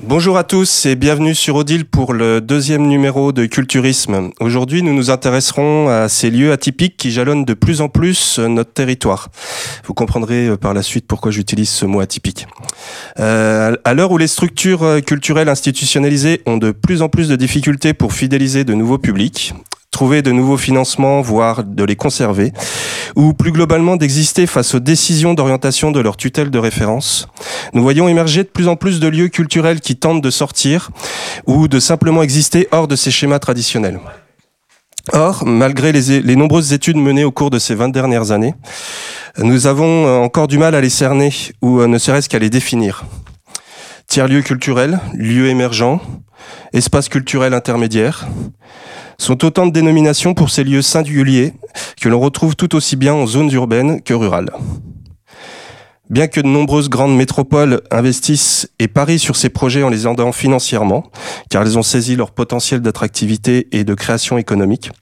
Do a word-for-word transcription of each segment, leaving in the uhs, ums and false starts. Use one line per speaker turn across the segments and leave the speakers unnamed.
Bonjour à tous et bienvenue sur Odile pour le deuxième numéro de Culturisme. Aujourd'hui, nous nous intéresserons à ces lieux atypiques qui jalonnent de plus en plus notre territoire. Vous comprendrez par la suite pourquoi j'utilise ce mot atypique. Euh, à l'heure où les structures culturelles institutionnalisées ont de plus en plus de difficultés pour fidéliser de nouveaux publics, trouver de nouveaux financements, voire de les conserver, ou plus globalement d'exister face aux décisions d'orientation de leur tutelle de référence, nous voyons émerger de plus en plus de lieux culturels qui tentent de sortir ou de simplement exister hors de ces schémas traditionnels. Or, malgré les, les nombreuses études menées au cours de ces vingt dernières années, nous avons encore du mal à les cerner ou ne serait-ce qu'à les définir. Tiers-lieux culturels, lieux émergents, espaces culturels intermédiaires, sont autant de dénominations pour ces lieux singuliers que l'on retrouve tout aussi bien en zones urbaines que rurales. Bien que de nombreuses grandes métropoles investissent et parient sur ces projets en les aidant financièrement, car elles ont saisi leur potentiel d'attractivité et de création économique,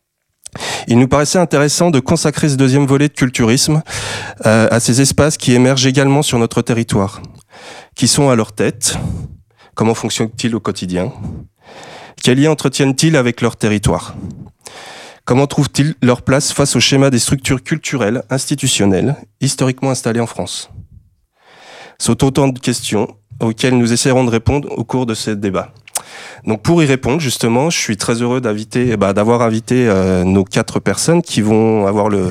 il nous paraissait intéressant de consacrer ce deuxième volet de culturisme euh, à ces espaces qui émergent également sur notre territoire. Qui sont à leur tête? Comment fonctionnent-ils au quotidien? Quels liens entretiennent-ils avec leur territoire? Comment trouvent-ils leur place face au schéma des structures culturelles, institutionnelles, historiquement installées en France? Ce sont autant de questions auxquelles nous essaierons de répondre au cours de ce débat. Donc pour y répondre, justement, je suis très heureux d'inviter, bah, d'avoir invité euh, nos quatre personnes qui vont avoir le...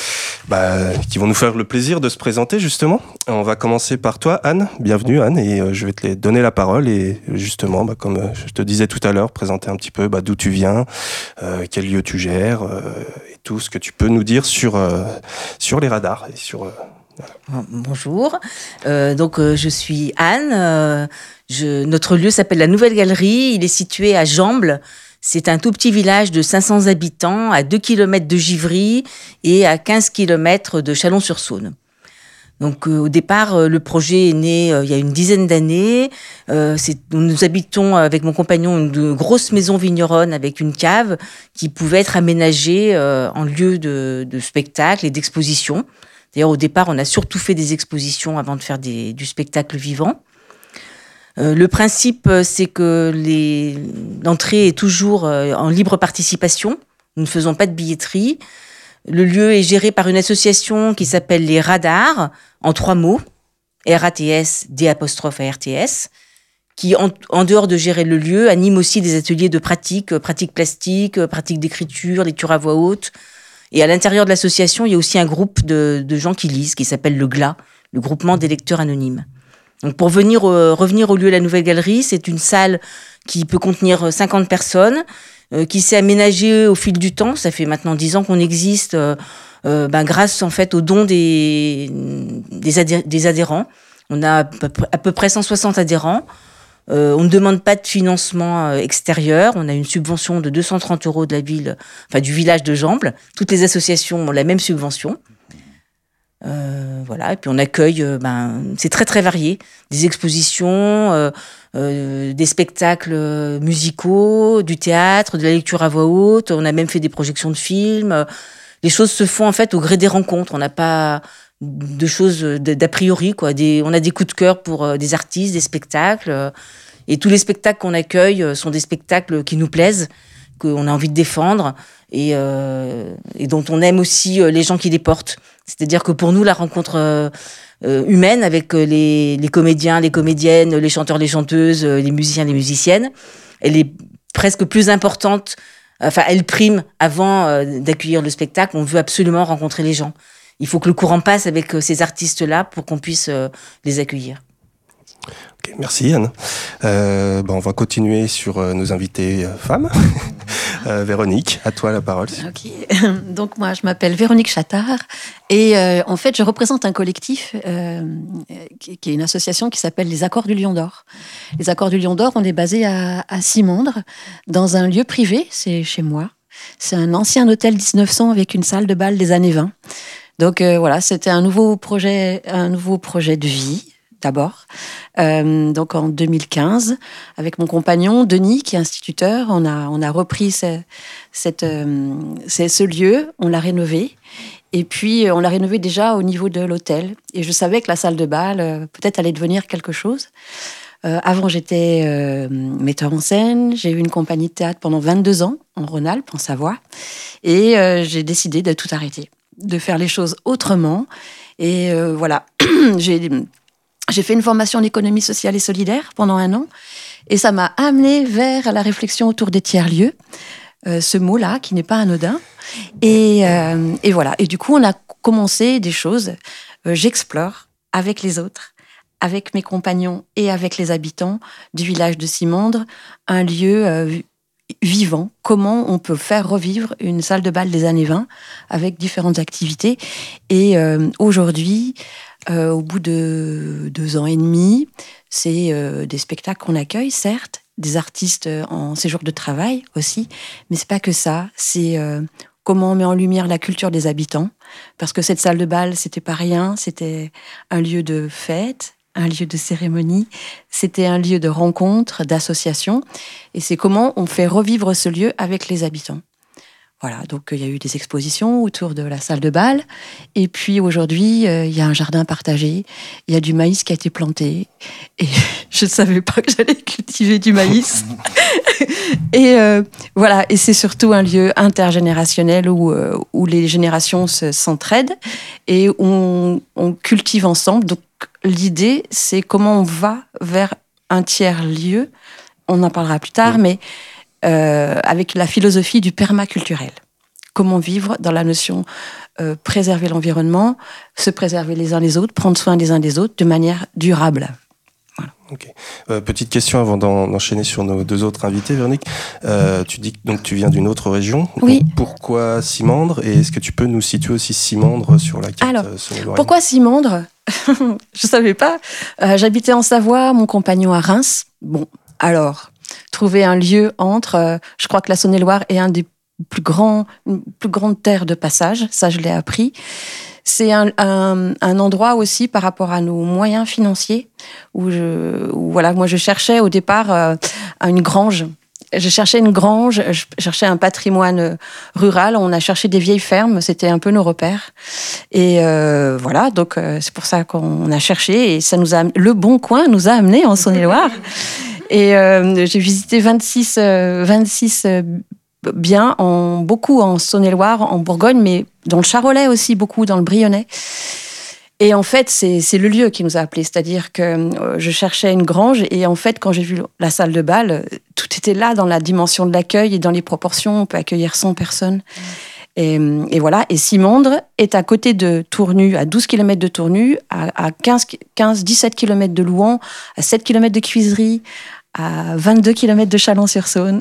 Bah, qui vont nous faire le plaisir de se présenter justement. On va commencer par toi, Anne. Bienvenue, Anne, et euh, je vais te donner la parole et justement, bah, comme euh, je te disais tout à l'heure, présenter un petit peu bah, d'où tu viens, euh, quel lieu tu gères euh, et tout ce que tu peux nous dire sur euh, sur les radars et sur. Euh,
voilà. Bonjour. Euh, donc euh, je suis Anne. Euh, je, notre lieu s'appelle la Nouvelle Galerie. Il est situé à Jamble. C'est un tout petit village de cinq cents habitants, à deux kilomètres de Givry et à quinze kilomètres de Chalon-sur-Saône. Donc euh, au départ, euh, le projet est né euh, il y a une dizaine d'années. Euh, c'est, nous habitons avec mon compagnon une grosse maison vigneronne avec une cave qui pouvait être aménagée euh, en lieu de, de spectacle et d'exposition. D'ailleurs, au départ, on a surtout fait des expositions avant de faire des, du spectacle vivant. Euh, le principe, c'est que les... l'entrée est toujours euh, en libre participation. Nous ne faisons pas de billetterie. Le lieu est géré par une association qui s'appelle les Radars, en trois mots, R A T S, D apostrophe A R T S, qui, en, en dehors de gérer le lieu, anime aussi des ateliers de pratique, pratique plastique, pratique d'écriture, lecture à voix haute. Et à l'intérieur de l'association, il y a aussi un groupe de, de gens qui lisent, qui s'appelle le G L A, le groupement des lecteurs anonymes. Donc pour venir euh, revenir au lieu de la Nouvelle Galerie, c'est une salle qui peut contenir cinquante personnes, euh, qui s'est aménagée au fil du temps. Ça fait maintenant dix ans qu'on existe, euh, euh, ben, grâce en fait aux dons des, des, adhé- des adhérents. On a à peu, à peu près cent soixante adhérents. Euh, on ne demande pas de financement euh, extérieur. On a une subvention de deux cent trente euros de la ville, enfin du village de Jamble. Toutes les associations ont la même subvention. Euh, voilà, et puis on accueille, euh, ben, c'est très très varié, des expositions, euh, euh, des spectacles musicaux, du théâtre, de la lecture à voix haute. On a même fait des projections de films. Les choses se font en fait au gré des rencontres. On n'a pas de choses d'a priori, quoi. Des, on a des coups de cœur pour euh, des artistes, des spectacles, euh, et tous les spectacles qu'on accueille euh, sont des spectacles qui nous plaisent, qu'on a envie de défendre et, euh, et dont on aime aussi euh, les gens qui les portent. C'est-à-dire que pour nous, la rencontre euh, euh, humaine avec euh, les, les comédiens, les comédiennes, les chanteurs, les chanteuses, euh, les musiciens, les musiciennes, elle est presque plus importante, enfin elle prime avant euh, d'accueillir le spectacle. On veut absolument rencontrer les gens. Il faut que le courant passe avec euh, ces artistes-là pour qu'on puisse euh, les accueillir.
Okay, merci Anne. Euh, bah on va continuer sur euh, nos invités euh, femmes. euh, Véronique, à toi la parole.
Ok, donc moi je m'appelle Véronique Chattard et euh, en fait je représente un collectif euh, qui, qui est une association qui s'appelle les Accords du Lion d'Or. Les Accords du Lion d'Or, on est basé à, à Simondres, dans un lieu privé, c'est chez moi. C'est un ancien hôtel dix-neuf cents avec une salle de bal des années vingt. Donc euh, voilà, c'était un nouveau projet, un nouveau projet de vie. D'abord, euh, donc en deux mille quinze, avec mon compagnon Denis, qui est instituteur, on a, on a repris ce, cette, euh, ce lieu, on l'a rénové, et puis on l'a rénové déjà au niveau de l'hôtel. Et je savais que la salle de bal, euh, peut-être allait devenir quelque chose. Euh, avant, j'étais euh, metteur en scène. J'ai eu une compagnie de théâtre pendant vingt-deux ans en Rhône-Alpes, en Savoie. Et euh, j'ai décidé de tout arrêter, de faire les choses autrement. Et euh, voilà, j'ai, j'ai fait une formation en économie sociale et solidaire pendant un an. Et ça m'a amené vers la réflexion autour des tiers-lieux. Euh, ce mot-là, qui n'est pas anodin. Et, euh, et voilà. Et du coup, on a commencé des choses. Euh, j'explore avec les autres, avec mes compagnons et avec les habitants du village de Simandre, un lieu euh, vivant. Comment on peut faire revivre une salle de bal des années vingt avec différentes activités. Et euh, aujourd'hui, euh, au bout de deux ans et demi, c'est euh, des spectacles qu'on accueille, certes, des artistes en séjour de travail aussi, mais c'est pas que ça, c'est euh, comment on met en lumière la culture des habitants, parce que cette salle de bal, c'était pas rien, c'était un lieu de fête, un lieu de cérémonie, c'était un lieu de rencontre, d'association, et c'est comment on fait revivre ce lieu avec les habitants. Voilà, donc il y a eu des expositions autour de la salle de bal. Et puis aujourd'hui, euh, il y a un jardin partagé. Il y a du maïs qui a été planté. Et je ne savais pas que j'allais cultiver du maïs. et euh, voilà, et c'est surtout un lieu intergénérationnel où, euh, où les générations se, s'entraident et où on, on cultive ensemble. Donc l'idée, c'est comment on va vers un tiers-lieu. On en parlera plus tard, oui. mais... Euh, avec la philosophie du permaculturel. Comment vivre dans la notion euh, préserver l'environnement, se préserver les uns les autres, prendre soin des uns des autres de manière durable. Voilà.
Ok. Euh, petite question avant d'en, d'enchaîner sur nos deux autres invités, Véronique. Euh, tu dis que donc, tu viens d'une autre région.
Oui.
Donc, pourquoi Simandre ? Et est-ce que tu peux nous situer aussi Simandre sur la carte
Alors,
Saône-et-Loire ?
Pourquoi Simandre ? Je ne savais pas. Euh, j'habitais en Savoie, mon compagnon à Reims. Bon, alors... trouver un lieu entre, euh, je crois que la Saône-et-Loire est un des plus grands, une plus grande terre de passage, ça je l'ai appris. C'est un, un, un endroit aussi par rapport à nos moyens financiers, où, je, où voilà, moi je cherchais au départ euh, une grange. Je cherchais une grange, je cherchais un patrimoine rural, on a cherché des vieilles fermes, c'était un peu nos repères. Et euh, voilà, donc euh, c'est pour ça qu'on a cherché, et ça nous a, le Bon Coin nous a amenés en Saône-et-Loire. Et euh, j'ai visité vingt-six, euh, vingt-six euh, biens, en, beaucoup en Saône-et-Loire, en Bourgogne, mais dans le Charolais aussi, beaucoup dans le Brionnais. Et en fait, c'est, c'est le lieu qui nous a appelés. C'est-à-dire que euh, je cherchais une grange, et en fait, quand j'ai vu la salle de bal, tout était là dans la dimension de l'accueil et dans les proportions. On peut accueillir cent personnes. Et, et voilà. Et Simandre est à côté de Tournu, à douze kilomètres de Tournu, à, à quinze, quinze, dix-sept kilomètres de Louhans, à sept kilomètres de Cuisery, à vingt-deux kilomètres de Chalon-sur-Saône,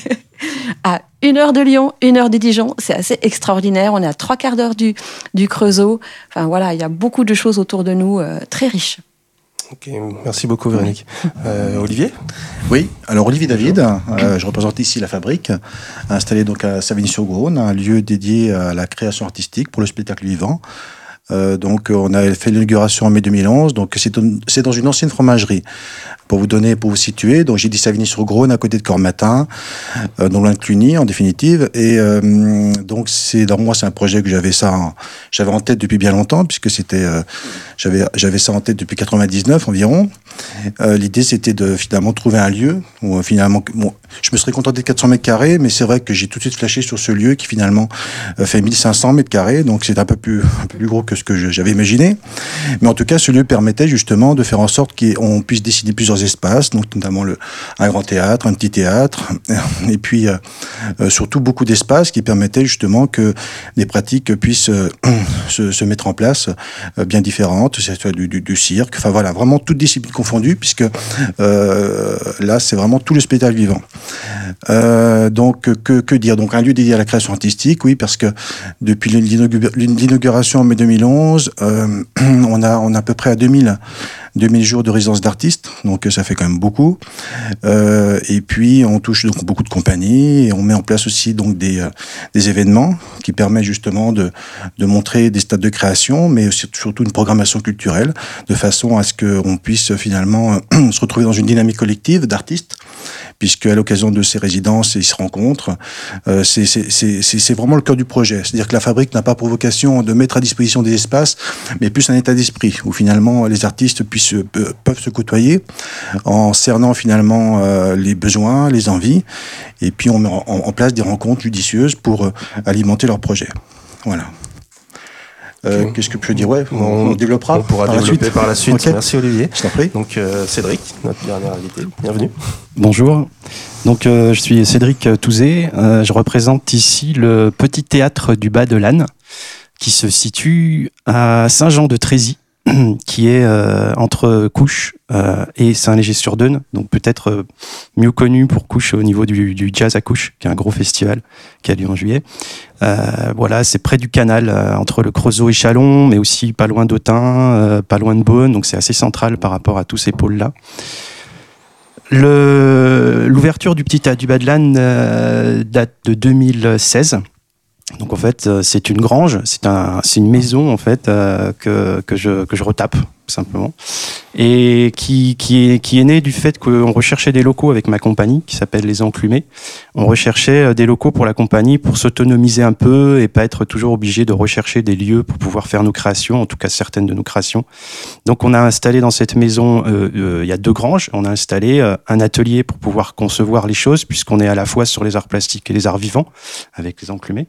à une heure de Lyon, une heure de Dijon. C'est assez extraordinaire. On est à trois quarts d'heure du, du Creusot. Enfin voilà, il y a beaucoup de choses autour de nous, euh, très riches.
Ok, merci beaucoup Véronique. Euh, Olivier ?
Oui, alors Olivier David, euh, je représente ici la Fabrique, installée donc à Savigny-sur-Garonne, un lieu dédié à la création artistique pour le spectacle vivant. Euh, donc on a fait l'inauguration en mai deux mille onze, donc c'est, c'est dans une ancienne fromagerie. Pour vous donner, pour vous situer, donc j'ai dit Savigny-sur-Garonne, à côté de Cormatin, euh, non loin de Cluny, en définitive. Et euh, donc c'est, dans moi, c'est un projet que j'avais ça, en, j'avais en tête depuis bien longtemps, puisque c'était, euh, j'avais, j'avais ça en tête depuis quatre-vingt-dix-neuf environ. Euh, l'idée, c'était de finalement trouver un lieu où finalement, bon, je me serais contenté de quatre cents mètres carrés, mais c'est vrai que j'ai tout de suite flashé sur ce lieu qui finalement euh, fait mille cinq cents mètres carrés, donc c'est un peu plus, un peu plus gros que ce que je, j'avais imaginé. Mais en tout cas, ce lieu permettait justement de faire en sorte qu'on puisse décider plusieurs espaces, donc notamment le, un grand théâtre, un petit théâtre, et puis euh, euh, surtout beaucoup d'espaces qui permettaient justement que des pratiques puissent euh, se, se mettre en place, euh, bien différentes, c'est du, du, du cirque, enfin voilà, vraiment toutes disciplines confondues, puisque euh, là c'est vraiment tout le spectacle vivant. Euh, donc que, que dire ? Donc un lieu dédié à la création artistique, oui, parce que depuis l'inauguration en mai deux mille onze, euh, on a on a à peu près à deux mille jours de résidence d'artistes, donc ça fait quand même beaucoup. Euh, et puis on touche donc beaucoup de compagnies et on met en place aussi donc des euh, des événements qui permettent justement de de montrer des stades de création, mais surtout une programmation culturelle, de façon à ce que on puisse finalement se retrouver dans une dynamique collective d'artistes, puisque à l'occasion de ces résidences, ils se rencontrent. Euh, c'est, c'est, c'est, c'est vraiment le cœur du projet. C'est-à-dire que la fabrique n'a pas pour vocation de mettre à disposition des espaces, mais plus un état d'esprit, où finalement les artistes puissent, peuvent se côtoyer en cernant finalement euh, les besoins, les envies, et puis on met en, en place des rencontres judicieuses pour euh, alimenter leur projet. Voilà. Euh, qu'est-ce que je peux dire? Ouais, on, on, on développera.
On pourra
par
développer
la
par la suite. Okay. Merci Olivier.
Je t'en prie.
Donc euh, Cédric, notre dernier invité, bienvenue.
Bonjour. Donc euh, je suis Cédric Touzé. Euh, je représente ici le petit théâtre du Bas de l'Âne, qui se situe à Saint-Jean-de-Trézy, qui est euh, entre Couches euh, et Saint-Léger-sur-Deûne, donc peut-être euh, mieux connu pour Couches au niveau du, du jazz à Couches, qui est un gros festival qui a lieu en juillet. Euh, voilà, c'est près du canal, euh, entre le Creusot et Châlons, mais aussi pas loin d'Autun, euh, pas loin de Beaune, donc c'est assez central par rapport à tous ces pôles-là. Le, l'ouverture du Petit Théâtre du Bas de l'Âne euh, date de deux mille seize. Donc en fait, c'est une grange, c'est un, c'est une maison en fait euh, que que je que je retape simplement, et qui qui est qui est née du fait qu'on recherchait des locaux avec ma compagnie qui s'appelle Les Enclumés. On recherchait des locaux pour la compagnie pour s'autonomiser un peu et pas être toujours obligé de rechercher des lieux pour pouvoir faire nos créations, en tout cas certaines de nos créations. Donc on a installé dans cette maison, euh, euh, il y a deux granges, on a installé euh, un atelier pour pouvoir concevoir les choses, puisqu'on est à la fois sur les arts plastiques et les arts vivants avec Les Enclumés,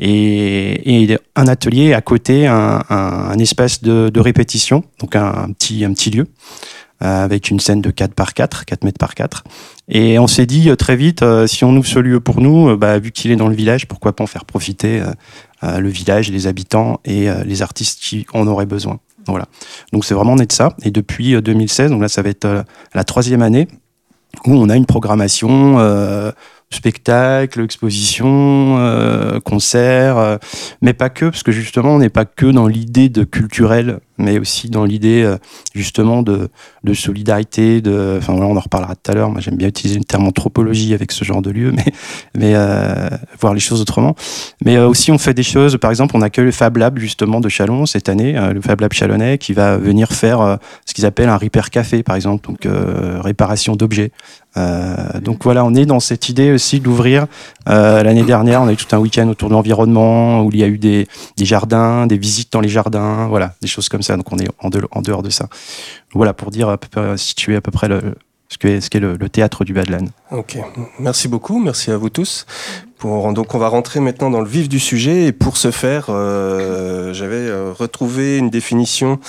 et, et un atelier à côté, un, un, un espace de, de répétition, donc un, un petit un petit lieu euh, avec une scène de quatre par quatre, quatre mètres par quatre. Et on s'est dit euh, très vite, euh, si on ouvre ce lieu pour nous, euh, bah, vu qu'il est dans le village, pourquoi pas en faire profiter euh, euh, le village, les habitants et euh, les artistes qui en auraient besoin. Voilà. Donc c'est vraiment né de ça. Et depuis euh, deux mille seize, donc là ça va être euh, la troisième année où on a une programmation euh, spectacle, exposition, euh, concert, euh, mais pas que, parce que justement on n'est pas que dans l'idée de culturel, mais aussi dans l'idée euh, justement de, de solidarité, de, enfin voilà, on en reparlera tout à l'heure. Moi j'aime bien utiliser le terme anthropologie avec ce genre de lieu, mais mais euh, voir les choses autrement. Mais euh, aussi on fait des choses, par exemple on accueille le Fab Lab justement de Châlons cette année, euh, le Fab Lab chalonnais qui va venir faire euh, ce qu'ils appellent un repair café par exemple, donc euh, réparation d'objets. Euh, donc voilà, on est dans cette idée aussi d'ouvrir. Euh, l'année dernière, on a eu tout un week-end autour de l'environnement où il y a eu des, des jardins, des visites dans les jardins, voilà, des choses comme ça. Donc on est en, de, en dehors de ça. Voilà, pour dire à peu près, situer à peu près le, ce qu'est, ce qu'est le, le théâtre du Bas de l'Âne.
Ok, merci beaucoup, merci à vous tous. Pour, donc on va rentrer maintenant dans le vif du sujet, et pour ce faire, euh, j'avais euh, retrouvé une définition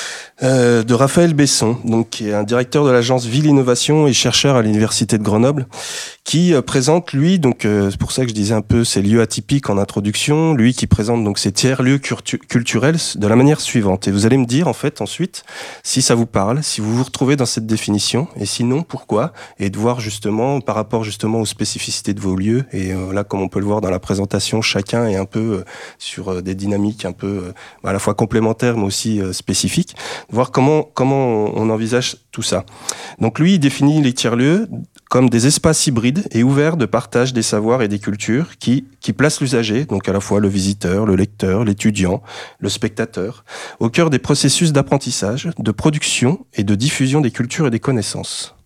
Euh, de Raphaël Besson, donc qui est un directeur de l'agence Ville Innovation et chercheur à l'université de Grenoble, qui euh, présente lui, donc euh, c'est pour ça que je disais un peu ces lieux atypiques en introduction, lui qui présente donc ces tiers-lieux cultu- culturels de la manière suivante. Et vous allez me dire en fait ensuite si ça vous parle, si vous vous retrouvez dans cette définition, et sinon pourquoi, et de voir justement par rapport justement aux spécificités de vos lieux. Et euh, là, comme on peut le voir dans la présentation, chacun est un peu euh, sur euh, des dynamiques un peu euh, à la fois complémentaires mais aussi euh, spécifiques. Voir comment comment on envisage tout ça. Donc lui, il définit les tiers-lieux comme des espaces hybrides et ouverts de partage des savoirs et des cultures qui qui placent l'usager, donc à la fois le visiteur, le lecteur, l'étudiant, le spectateur, au cœur des processus d'apprentissage, de production et de diffusion des cultures et des connaissances.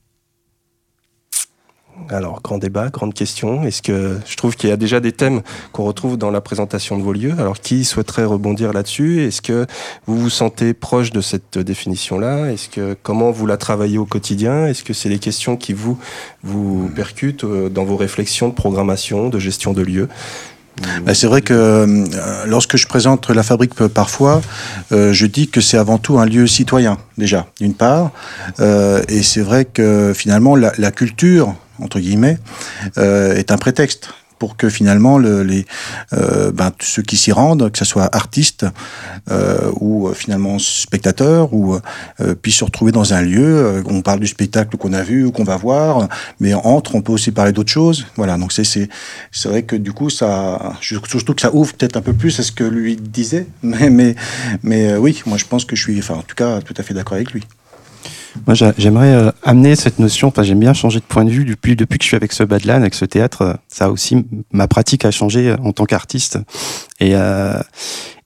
Alors, grand débat, grande question. Est-ce que je trouve qu'il y a déjà des thèmes qu'on retrouve dans la présentation de vos lieux. Alors, qui souhaiterait rebondir là-dessus? Est-ce que vous vous sentez proche de cette définition-là? Est-ce que comment vous la travaillez au quotidien? Est-ce que c'est les questions qui vous vous percutent dans vos réflexions de programmation, de gestion de lieux?
Ben c'est vrai que euh, lorsque je présente la fabrique parfois, euh, je dis que c'est avant tout un lieu citoyen, déjà, d'une part. Euh, et c'est vrai que finalement, la, la culture, entre guillemets, euh, est un prétexte pour que finalement le, les, euh, ben, ceux qui s'y rendent, que ce soit artistes euh, ou euh, finalement spectateurs, ou euh, puissent se retrouver dans un lieu. Euh, on parle du spectacle qu'on a vu ou qu'on va voir, mais entre, on peut aussi parler d'autres choses. Voilà, donc c'est c'est c'est vrai que du coup ça, surtout que ça ouvre peut-être un peu plus à ce que lui disait, mais mais mais euh, oui, moi je pense que je suis, enfin en tout cas, tout à fait d'accord avec lui.
Moi, j'aimerais euh, amener cette notion. Enfin, j'aime bien changer de point de vue depuis depuis que je suis avec ce Bas de l'Âne, avec ce théâtre. Ça a aussi, ma pratique a changé en tant qu'artiste. Et euh,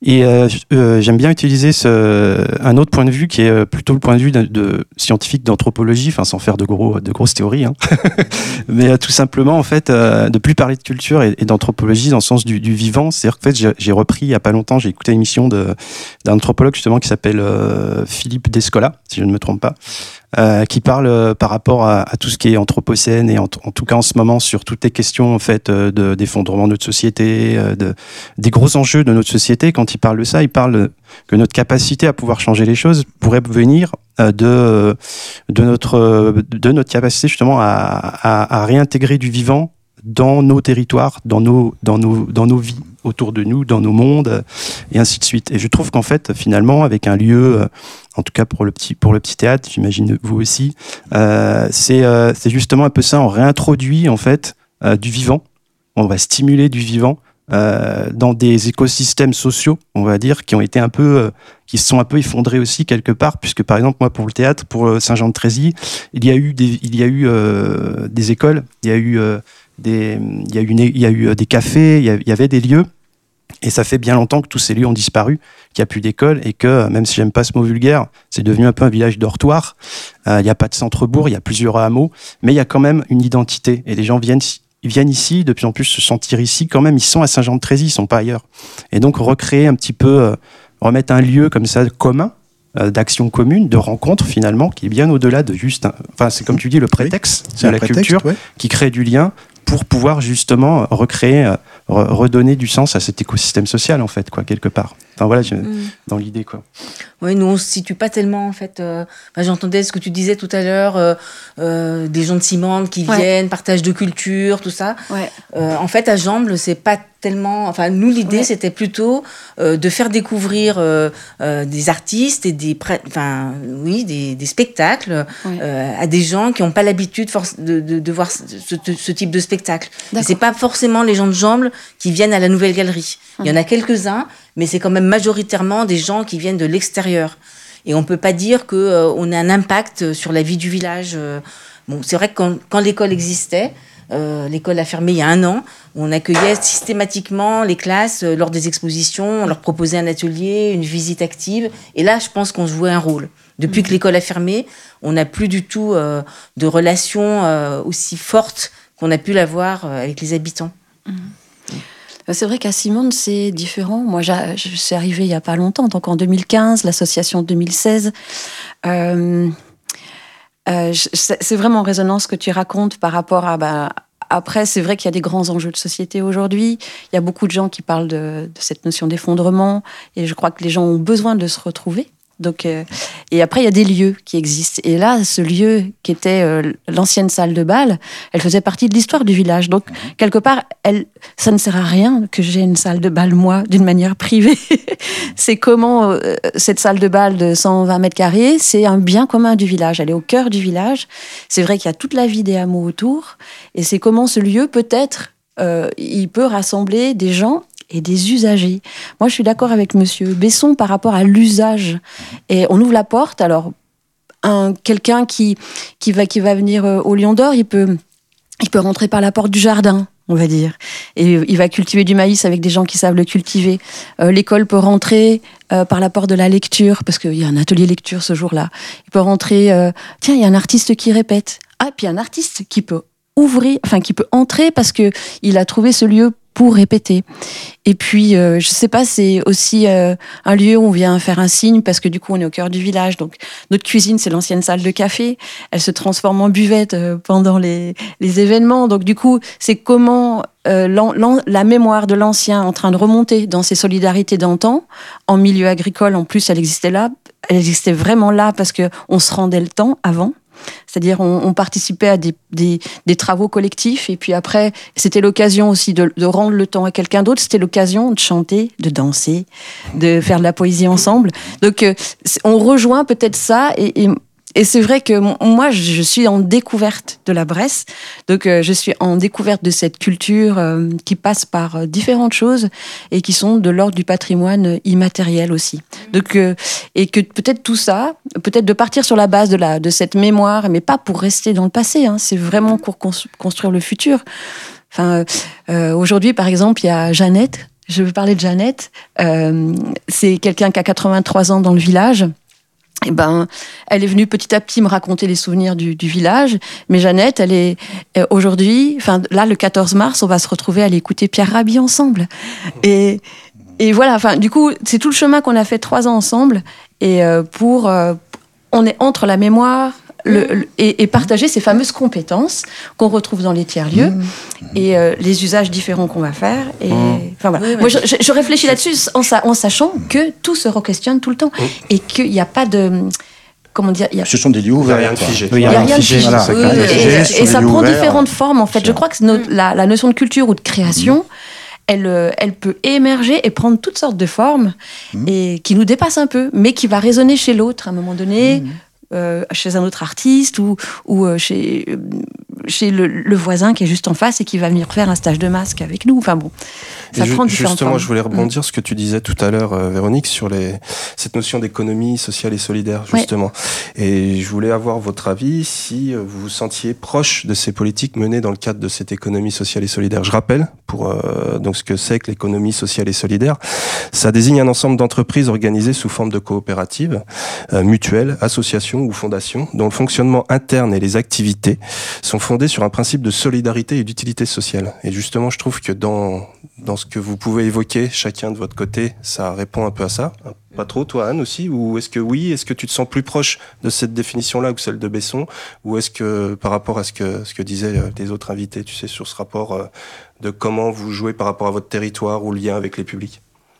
Et euh, euh, j'aime bien utiliser ce, un autre point de vue qui est plutôt le point de vue de, de scientifique d'anthropologie, enfin sans faire de gros de grosses théories, hein. Mais euh, tout simplement en fait euh, de plus parler de culture et, et d'anthropologie dans le sens du, du vivant. C'est-à-dire qu'en fait j'ai, j'ai repris il y a pas longtemps, j'ai écouté une émission de, d'un anthropologue justement qui s'appelle euh, Philippe Descola, si je ne me trompe pas. Euh, qui parle euh, par rapport à, à tout ce qui est anthropocène et en, en tout cas en ce moment sur toutes les questions en fait euh, de, d'effondrement de notre société, euh, de, des gros enjeux de notre société. Quand il parle de ça, il parle que notre capacité à pouvoir changer les choses pourrait venir euh, de, de, notre, de notre capacité justement à, à, à réintégrer du vivant dans nos territoires, dans nos, dans nos, dans nos vies autour de nous, dans nos mondes, et ainsi de suite. Et je trouve qu'en fait, finalement, avec un lieu, en tout cas pour le petit, pour le petit théâtre, j'imagine vous aussi, euh, c'est, euh, c'est justement un peu ça, on réintroduit en fait euh, du vivant, on va stimuler du vivant euh, dans des écosystèmes sociaux, on va dire, qui ont été un peu, euh, qui se sont un peu effondrés aussi quelque part, puisque par exemple, moi, pour le théâtre, pour Saint-Jean-de-Trézy, il y a eu des, il y a eu euh, des écoles, il y a eu euh, Des, il y a eu, une, il y a eu des cafés, il y, a, il y avait des lieux, et ça fait bien longtemps que tous ces lieux ont disparu, qu'il n'y a plus d'école, et que, même si j'aime pas ce mot vulgaire, c'est devenu un peu un village dortoir. Euh, il n'y a pas de centre-bourg, il y a plusieurs hameaux, mais il y a quand même une identité, et les gens viennent, ils viennent ici, de plus en plus se sentir ici, quand même, ils sont à Saint-Jean-de-Trézy, ils sont pas ailleurs. Et donc recréer un petit peu, euh, remettre un lieu comme ça commun, euh, d'action commune, de rencontre finalement, qui est bien au-delà de juste, un, enfin c'est comme tu dis, le prétexte oui, de la prétexte, culture, ouais. Qui crée du lien, pour pouvoir justement recréer, euh, redonner du sens à cet écosystème social en fait, quoi, quelque part. Enfin voilà, je, mmh. dans l'idée quoi.
Oui, nous on se situe pas tellement en fait. Euh, bah, j'entendais ce que tu disais tout à l'heure, euh, euh, des gens de Simande qui ouais. viennent, partage de culture, tout ça. Ouais. Euh, en fait, à Jamble, c'est pas tellement. Enfin, nous l'idée ouais. c'était plutôt euh, de faire découvrir euh, euh, des artistes et des, enfin oui, des, des spectacles ouais. euh, à des gens qui n'ont pas l'habitude de, de, de voir ce, ce type de spectacle. Et c'est pas forcément les gens de Jamble qui viennent à la Nouvelle Galerie. Hum. Il y en a quelques-uns, mais c'est quand même majoritairement des gens qui viennent de l'extérieur. Et on ne peut pas dire qu'on euh, a un impact sur la vie du village. Bon, c'est vrai que quand, quand l'école existait, euh, l'école a fermé il y a un an, on accueillait systématiquement les classes euh, lors des expositions, on leur proposait un atelier, une visite active. Et là, je pense qu'on jouait un rôle. Depuis mmh. que l'école a fermé, on n'a plus du tout euh, de relation euh, aussi forte qu'on a pu l'avoir euh, avec les habitants.
Mmh. C'est vrai qu'à Simande, c'est différent. Moi, je suis arrivée il n'y a pas longtemps, donc en deux mille quinze, l'association deux mille seize. Euh, euh, c'est vraiment en résonance ce que tu racontes par rapport à... Bah, après, c'est vrai qu'il y a des grands enjeux de société aujourd'hui. Il y a beaucoup de gens qui parlent de, de cette notion d'effondrement. Et je crois que les gens ont besoin de se retrouver. Donc, euh, et après, il y a des lieux qui existent. Et là, ce lieu qui était euh, l'ancienne salle de bal, elle faisait partie de l'histoire du village. Donc, quelque part, elle, ça ne sert à rien que j'ai une salle de bal, moi, d'une manière privée. C'est comment euh, cette salle de bal de cent vingt mètres carrés, c'est un bien commun du village. Elle est au cœur du village. C'est vrai qu'il y a toute la vie des hameaux autour. Et c'est comment ce lieu, peut-être, euh, il peut rassembler des gens et des usagers. Moi, je suis d'accord avec Monsieur Besson par rapport à l'usage. Et on ouvre la porte, alors un, quelqu'un qui, qui, va, qui va venir au Lion d'Or, il peut, il peut rentrer par la porte du jardin, on va dire. Et il va cultiver du maïs avec des gens qui savent le cultiver. Euh, l'école peut rentrer euh, par la porte de la lecture, parce qu'il y a un atelier lecture ce jour-là. Il peut rentrer, euh, tiens, il y a un artiste qui répète. Ah, puis un artiste qui peut ouvrir, enfin qui peut entrer parce qu'il a trouvé ce lieu pour répéter. Et puis, euh, je sais pas, c'est aussi euh, un lieu où on vient faire un signe parce que du coup, on est au cœur du village. Donc, notre cuisine, c'est l'ancienne salle de café. Elle se transforme en buvette euh, pendant les, les événements. Donc, du coup, c'est comment euh, l'an, l'an, la mémoire de l'ancien en train de remonter dans ses solidarités d'antan. En milieu agricole, en plus, elle existait là. Elle existait vraiment là parce que on se rendait le temps avant. C'est-à-dire on, on participait à des, des, des travaux collectifs et puis après, c'était l'occasion aussi de, de rendre le temps à quelqu'un d'autre. C'était l'occasion de chanter, de danser, de faire de la poésie ensemble. Donc, euh, on rejoint peut-être ça et, et Et c'est vrai que moi, je suis en découverte de la Bresse. Donc, euh, je suis en découverte de cette culture euh, qui passe par euh, différentes choses et qui sont de l'ordre du patrimoine immatériel aussi. Donc, euh, et que peut-être tout ça, peut-être de partir sur la base de, la, de cette mémoire, mais pas pour rester dans le passé. Hein, c'est vraiment pour construire le futur. Enfin, euh, aujourd'hui, par exemple, il y a Jeannette, je vais parler de Jeannette. Euh, c'est quelqu'un qui a quatre-vingt-trois ans dans le village. Et ben, elle est venue petit à petit me raconter les souvenirs du, du village. Mais Jeannette, elle est euh, aujourd'hui, enfin là, le quatorze mars, on va se retrouver à aller écouter Pierre Rabhi ensemble. Et, et voilà, enfin, du coup, c'est tout le chemin qu'on a fait trois ans ensemble. Et euh, pour, euh, on est entre la mémoire. Le, le, et, et partager ces fameuses compétences qu'on retrouve dans les tiers-lieux mmh. et euh, les usages différents qu'on va faire. Et, mmh. enfin, voilà. oui, Moi, je, je, je réfléchis là-dessus en, en sachant que tout se re-questionne tout le temps mmh. et qu'il n'y a pas de... Comment dire y a...
Ce sont des lieux ouverts.
Il n'y a rien de figé.
Il n'y a rien de figé. Voilà. Oui, et, et, et ça prend ouverts. différentes formes. En fait, je crois que notre, la, la notion de culture ou de création... Mmh. Elle, elle peut émerger et prendre toutes sortes de formes mmh. et qui nous dépassent un peu, mais qui va résonner chez l'autre à un moment donné, mmh. euh, chez un autre artiste ou, ou euh, chez, euh, chez le, le voisin qui est juste en face et qui va venir faire un stage de masque avec nous. Enfin bon, ça
et
prend
ju-
différentes
Justement,
formes.
je voulais rebondir mmh. ce que tu disais tout à l'heure, euh, Véronique, sur les, cette notion d'économie sociale et solidaire, justement. Ouais. Et je voulais avoir votre avis si vous vous sentiez proche de ces politiques menées dans le cadre de cette économie sociale et solidaire. Je rappelle, pour euh, donc ce que c'est que l'économie sociale et solidaire, ça désigne un ensemble d'entreprises organisées sous forme de coopératives, euh, mutuelles, associations ou fondations, dont le fonctionnement interne et les activités sont fondées sur un principe de solidarité et d'utilité sociale. Et justement, je trouve que dans, dans ce que vous pouvez évoquer, chacun de votre côté, ça répond un peu à ça. Pas trop, toi, Anne, aussi? Ou est-ce que oui? Est-ce que tu te sens plus proche de cette définition-là ou celle de Besson? Ou est-ce que, par rapport à ce que, ce que disaient les autres invités, tu sais, sur ce rapport euh, de comment vous jouez par rapport à votre territoire ou le lien avec les publics?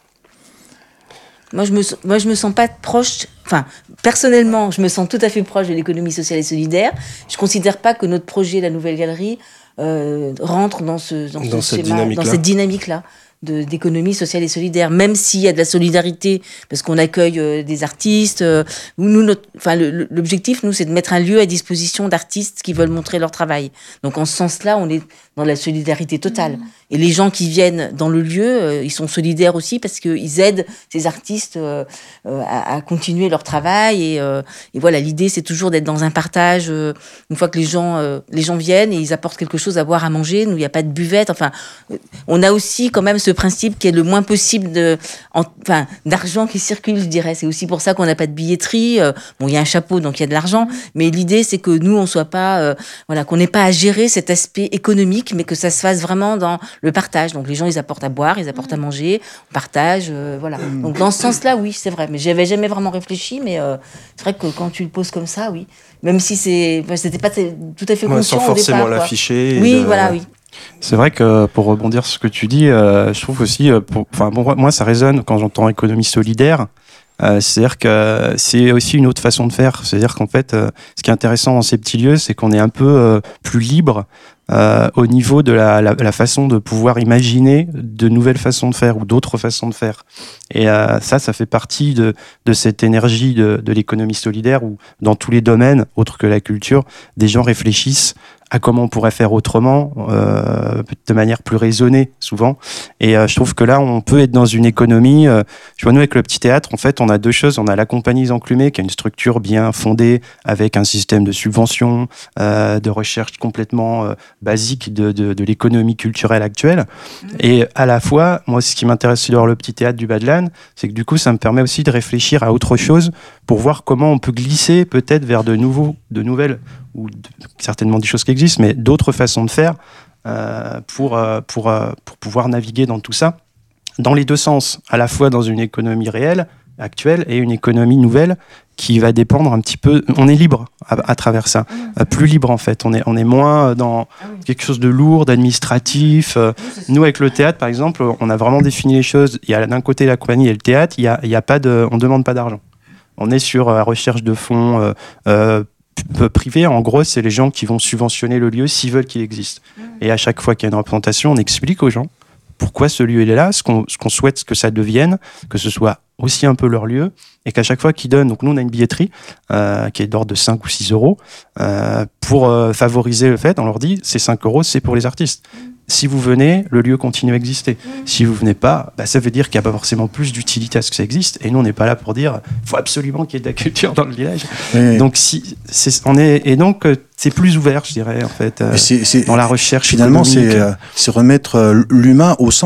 Moi, je me, moi, je me sens pas proche. Enfin, personnellement, je me sens tout à fait proche de l'économie sociale et solidaire. Je considère pas que notre projet, la Nouvelle Galerie, euh, rentre dans ce, dans,
dans
ce
cette
schéma,
dynamique-là.
dans cette dynamique-là. De, d'économie sociale et solidaire, même s'il y a de la solidarité, parce qu'on accueille euh, des artistes. Euh, nous, notre, enfin, le, l'objectif, nous, c'est de mettre un lieu à disposition d'artistes qui veulent montrer leur travail. Donc, en ce sens-là, on est dans la solidarité totale. Mmh. Et les gens qui viennent dans le lieu, euh, ils sont solidaires aussi parce qu'ils aident ces artistes euh, euh, à, à continuer leur travail. Et, euh, et voilà, l'idée, c'est toujours d'être dans un partage. Euh, une fois que les gens, euh, les gens viennent et ils apportent quelque chose à boire, à manger, nous, il n'y a pas de buvette. Enfin, euh, on a aussi quand même ce principe qui est le moins possible de, en, enfin, d'argent qui circule, je dirais. C'est aussi pour ça qu'on n'a pas de billetterie. Euh, bon, il y a un chapeau, donc il y a de l'argent. Mais l'idée, c'est que nous, on soit pas, euh, voilà, qu'on n'ait pas à gérer cet aspect économique, mais que ça se fasse vraiment dans le partage. Donc les gens, ils apportent à boire, ils apportent à manger, on partage, euh, voilà. Donc dans ce sens-là, oui, c'est vrai. Mais j'avais jamais vraiment réfléchi, mais euh, c'est vrai que quand tu le poses comme ça, oui. Même si c'est, enfin, c'était pas t- tout à fait
ouais,
conscient
sans forcément
au départ,
l'afficher.
Oui,
de...
voilà, oui.
C'est vrai que pour rebondir sur ce que tu dis, euh, je trouve aussi, euh, pour, enfin bon, moi ça résonne quand j'entends économie solidaire. Euh, c'est-à-dire que c'est aussi une autre façon de faire. C'est-à-dire qu'en fait, euh, ce qui est intéressant dans ces petits lieux, c'est qu'on est un peu euh, plus libre euh, au niveau de la, la, la façon de pouvoir imaginer de nouvelles façons de faire ou d'autres façons de faire. Et euh, ça, ça fait partie de, de cette énergie de, de l'économie solidaire où, dans tous les domaines, autres que la culture, des gens réfléchissent à comment on pourrait faire autrement, euh, de manière plus raisonnée, souvent. Et euh, je trouve que là, on peut être dans une économie... Euh, je vois, nous, avec le Petit Théâtre, en fait, on a deux choses. On a la Compagnie Enclumée, qui a une structure bien fondée, avec un système de subvention, euh, de recherche complètement euh, basique de, de, de l'économie culturelle actuelle. Mmh. Et à la fois, moi, ce qui m'intéresse dans le Petit Théâtre du Bas-de-Lannes, c'est que du coup, ça me permet aussi de réfléchir à autre chose pour voir comment on peut glisser peut-être vers de nouveaux, de nouvelles, ou de, certainement des choses qui existent, mais d'autres façons de faire euh, pour, euh, pour, euh, pour pouvoir naviguer dans tout ça, dans les deux sens, à la fois dans une économie réelle, actuelle, et une économie nouvelle qui va dépendre un petit peu... On est libre à, à travers ça, euh, plus libre en fait, on est, on est moins dans quelque chose de lourd, d'administratif. Euh, nous, avec le théâtre, par exemple, on a vraiment défini les choses. Il y a d'un côté la compagnie et le théâtre, il y a, il y a pas de, on ne demande pas d'argent. On est sur la recherche de fonds euh, euh, privé, en gros, c'est les gens qui vont subventionner le lieu s'ils veulent qu'il existe. Mmh. Et à chaque fois qu'il y a une représentation, on explique aux gens pourquoi ce lieu il est là, ce qu'on, ce qu'on souhaite que ça devienne, que ce soit aussi un peu leur lieu, et qu'à chaque fois qu'ils donnent, donc nous on a une billetterie euh, qui est d'ordre de cinq ou six euros, euh, pour euh, favoriser le fait, on leur dit, ces cinq euros, c'est pour les artistes. Mmh. Si vous venez, le lieu continue à exister. Mmh. Si vous venez pas, bah, ça veut dire qu'il n'y a pas forcément plus d'utilité à ce que ça existe. Et nous, on n'est pas là pour dire il faut absolument qu'il y ait de la culture dans le village. Oui. Donc, si, c'est, on est, et donc, c'est plus ouvert, je dirais, en fait, euh,
c'est, c'est,
dans la recherche.
Finalement, c'est, euh, c'est remettre l'humain au centre.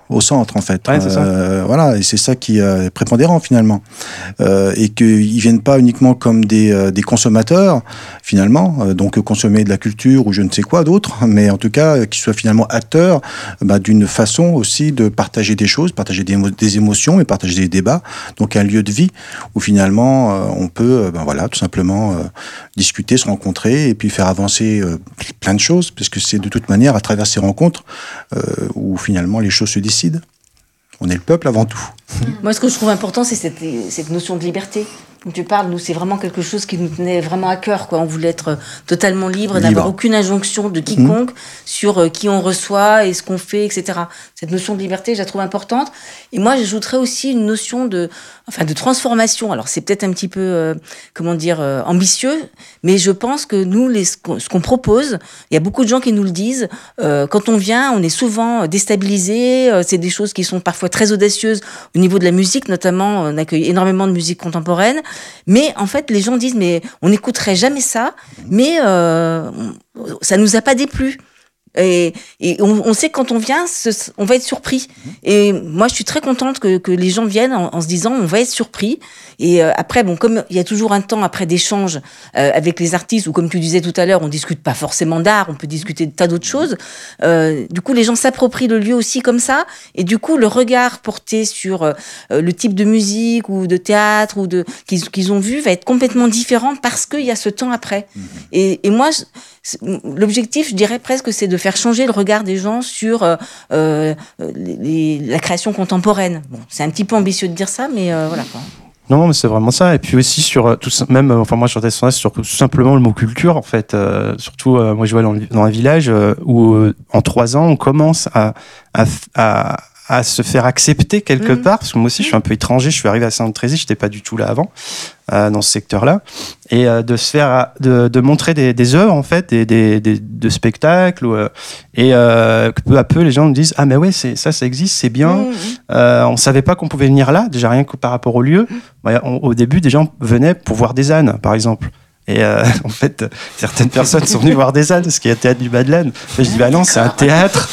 au centre en fait.
Ouais, c'est
euh, ça. Voilà, et c'est ça qui est prépondérant finalement. Euh, et qu'ils viennent pas uniquement comme des, euh, des consommateurs finalement, euh, donc consommer de la culture ou je ne sais quoi d'autre, mais en tout cas euh, qu'ils soient finalement acteurs bah, d'une façon aussi de partager des choses, partager des, émo- des émotions et partager des débats. Donc un lieu de vie où finalement euh, on peut, euh, ben voilà, tout simplement euh, discuter, se rencontrer et puis faire avancer euh, plein de choses, parce que c'est de toute manière à travers ces rencontres euh, où finalement les choses se décident. On est le peuple avant tout.
Moi, ce que je trouve important, c'est cette, cette notion de liberté. Dont tu parles, nous, c'est vraiment quelque chose qui nous tenait vraiment à cœur, quoi. On voulait être totalement libre,
Libre.
n'avoir aucune injonction de quiconque
Mmh.
sur euh, qui on reçoit et ce qu'on fait, et cetera. Cette notion de liberté, je la trouve importante. Et moi, j'ajouterais aussi une notion de, enfin, de transformation. Alors, c'est peut-être un petit peu, euh, comment dire, euh, ambitieux, mais je pense que nous, les, ce qu'on, ce qu'on propose, il y a beaucoup de gens qui nous le disent. Euh, quand on vient, on est souvent déstabilisé. Euh, c'est des choses qui sont parfois très audacieuses au niveau de la musique, notamment. On accueille énormément de musique contemporaine. Mais en fait, les gens disent, mais on n'écouterait jamais ça, mais euh, ça nous a pas déplu. Et, et on, on sait que quand on vient, ce, on va être surpris. Et moi, je suis très contente que, que les gens viennent en, en se disant, on va être surpris. Et euh, après, bon, comme il y a toujours un temps après d'échange euh, avec les artistes, ou comme tu disais tout à l'heure, on discute pas forcément d'art, on peut discuter de tas d'autres choses. Euh, du coup, les gens s'approprient le lieu aussi comme ça. Et du coup, le regard porté sur euh, le type de musique ou de théâtre ou de qu'ils, qu'ils ont vu va être complètement différent parce qu'il y a ce temps après. Et, et moi, je, l'objectif, je dirais presque, c'est de faire changer le regard des gens sur euh, euh, les, la création contemporaine. Bon, c'est un petit peu ambitieux de dire ça, mais euh, voilà, quoi.
Non, non, mais c'est vraiment ça. Et puis aussi sur euh, tout ça, même, euh, enfin moi je sur sur tout simplement le mot culture en fait. Euh, surtout, euh, moi je vois dans, dans un village euh, où euh, en trois ans on commence à à, à à se faire accepter quelque
Mmh.
part, parce que moi aussi je suis un peu étranger, je suis arrivé à Sainte-Trézy, j'étais pas du tout là avant, euh, dans ce secteur-là, et euh, de se faire, de, de montrer des, des œuvres en fait, des, des, des de spectacles, euh, et euh, que peu à peu les gens nous disent ah mais ouais c'est ça ça existe, c'est bien,
Mmh.
euh, on savait pas qu'on pouvait venir là, déjà rien que par rapport au lieu. Bah, on, au début des gens venaient pour voir des ânes par exemple. Et euh, en fait, certaines personnes sont venues voir des ânes, ce qui est le théâtre du Bas-de-Laine. Je dis bah non, c'est un théâtre.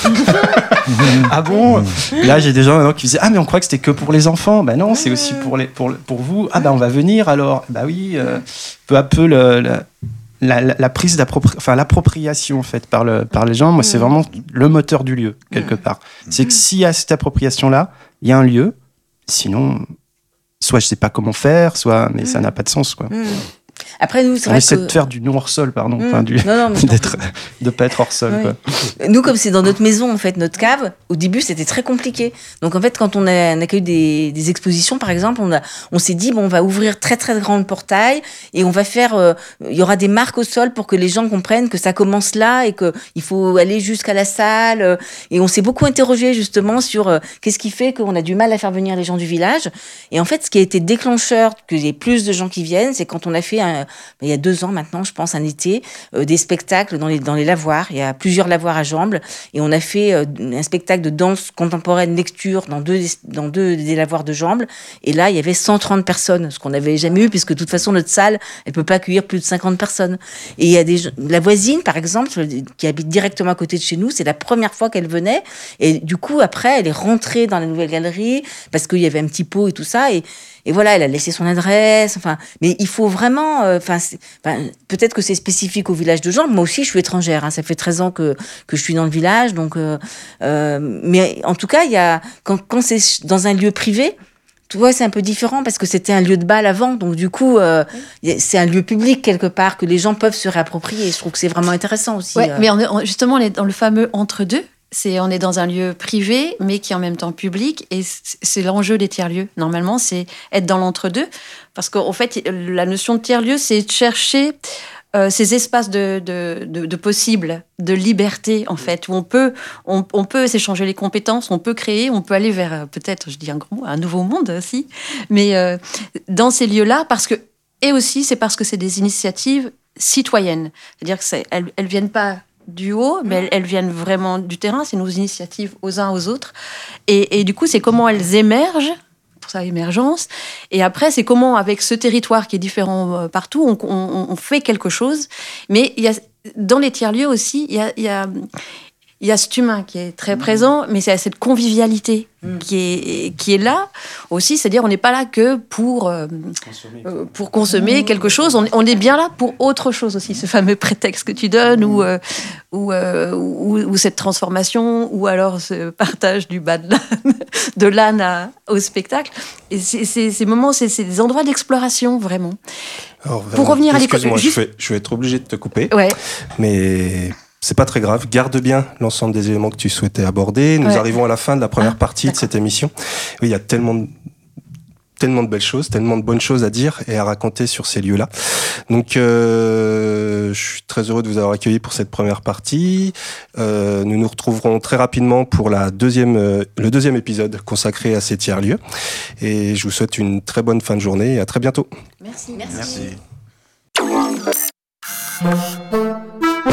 Ah bon? Là, j'ai des gens maintenant qui disaient ah mais on croit que c'était que pour les enfants. Bah non, c'est aussi pour les pour pour vous. Ah bah on va venir alors. Bah oui, euh, peu à peu le, le la, la, la prise d'appropri... enfin l'appropriation faite par le par les gens. Moi, c'est vraiment le moteur du lieu quelque part. C'est que s'il y a cette appropriation là, il y a un lieu. Sinon, soit je sais pas comment faire, soit mais ça n'a pas de sens quoi.
Mmh. Après, nous, c'est
On
vrai
essaie
que...
de faire du non hors sol, pardon.
Mmh.
Enfin, du...
Non, non, mais
d'être... de pas être hors sol.
Oui.
Quoi.
Nous, comme c'est dans notre maison, en fait, notre cave, au début, c'était très compliqué. Donc, en fait, quand on a, on a accueilli des, des expositions, par exemple, on, a, on s'est dit, bon, on va ouvrir très, très grand le portail et on va faire... Euh, il y aura des marques au sol pour que les gens comprennent que ça commence là et qu'il faut aller jusqu'à la salle. Euh, et on s'est beaucoup interrogé, justement, sur euh, qu'est-ce qui fait qu'on a du mal à faire venir les gens du village. Et en fait, ce qui a été déclencheur qu'il y ait plus de gens qui viennent, c'est quand on a fait, un, il y a deux ans maintenant, je pense, un été, euh, des spectacles dans les, dans les lavoirs. Il y a plusieurs lavoirs à Jamble. Et on a fait euh, un spectacle de danse contemporaine lecture dans deux, dans deux des lavoirs de Jamble. Et là, il y avait cent trente personnes, ce qu'on n'avait jamais eu, puisque de toute façon, notre salle, elle peut pas accueillir plus de cinquante personnes. Et il y a des, la voisine, par exemple, qui habite directement à côté de chez nous, c'est la première fois qu'elle venait. Et du coup, après, elle est rentrée dans la nouvelle galerie, parce qu'il y avait un petit pot et tout ça. Et, et voilà, elle a laissé son adresse. Enfin, mais il faut vraiment... Enfin, euh, peut-être que c'est spécifique au village de Jamble. Moi aussi, je suis étrangère. Hein, ça fait treize ans que, que je suis dans le village. Donc, euh, euh, mais en tout cas, il y a, quand, quand c'est dans un lieu privé, tu vois, c'est un peu différent parce que c'était un lieu de bal avant. Donc, du coup, euh, c'est un lieu public quelque part que les gens peuvent se réapproprier. Je trouve que c'est vraiment intéressant aussi.
Ouais,
euh.
mais on est, on, justement, on est dans le fameux entre-deux. C'est, on est dans un lieu privé, mais qui est en même temps public. Et c'est l'enjeu des tiers-lieux. Normalement, c'est être dans l'entre-deux. Parce qu'en fait, la notion de tiers-lieu, c'est de chercher euh, ces espaces de, de, de, de possibles, de liberté, en fait, où on peut, on, on peut s'échanger les compétences, on peut créer, on peut aller vers, peut-être, je dis un grand mot, un nouveau monde aussi. Mais euh, dans ces lieux-là, parce que, et aussi, c'est parce que c'est des initiatives citoyennes. C'est-à-dire qu'elles elles viennent pas du haut, mais elles, elles viennent vraiment du terrain. C'est nos initiatives aux uns aux autres. Et, et du coup, c'est comment elles émergent, pour ça, émergence. Et après, c'est comment, avec ce territoire qui est différent partout, on, on, on fait quelque chose. Mais il y a, dans les tiers-lieux aussi, il y a, il y a, il y a cet humain qui est très présent, mais c'est cette convivialité mmh. qui, est, qui est là aussi. C'est-à-dire, on n'est pas là que pour, euh, consommer. Euh, pour consommer mmh. quelque chose. On, on est bien là pour autre chose aussi. Ce fameux prétexte que tu donnes, mmh. ou, euh, ou, euh, ou, ou cette transformation, ou alors ce partage du bas de l'âne, de l'âne à, au spectacle. Et c'est, c'est, ces moments, c'est, c'est des endroits d'exploration, vraiment.
Alors,
pour revenir à l'école...
Excuse-moi, juste... je, vais, je vais être obligé de te couper.
Ouais.
Mais... c'est pas très grave. Garde bien l'ensemble des éléments que tu souhaitais aborder. Nous ouais. arrivons à la fin de la première ah, partie d'accord. de cette émission. Oui, il y a tellement de, tellement de belles choses, tellement de bonnes choses à dire et à raconter sur ces lieux-là. Donc, euh, je suis très heureux de vous avoir accueilli pour cette première partie. Euh, nous nous retrouverons très rapidement pour la deuxième, euh, le deuxième épisode consacré à ces tiers-lieux. Et je vous souhaite une très bonne fin de journée et à très bientôt.
Merci. Merci.
Merci.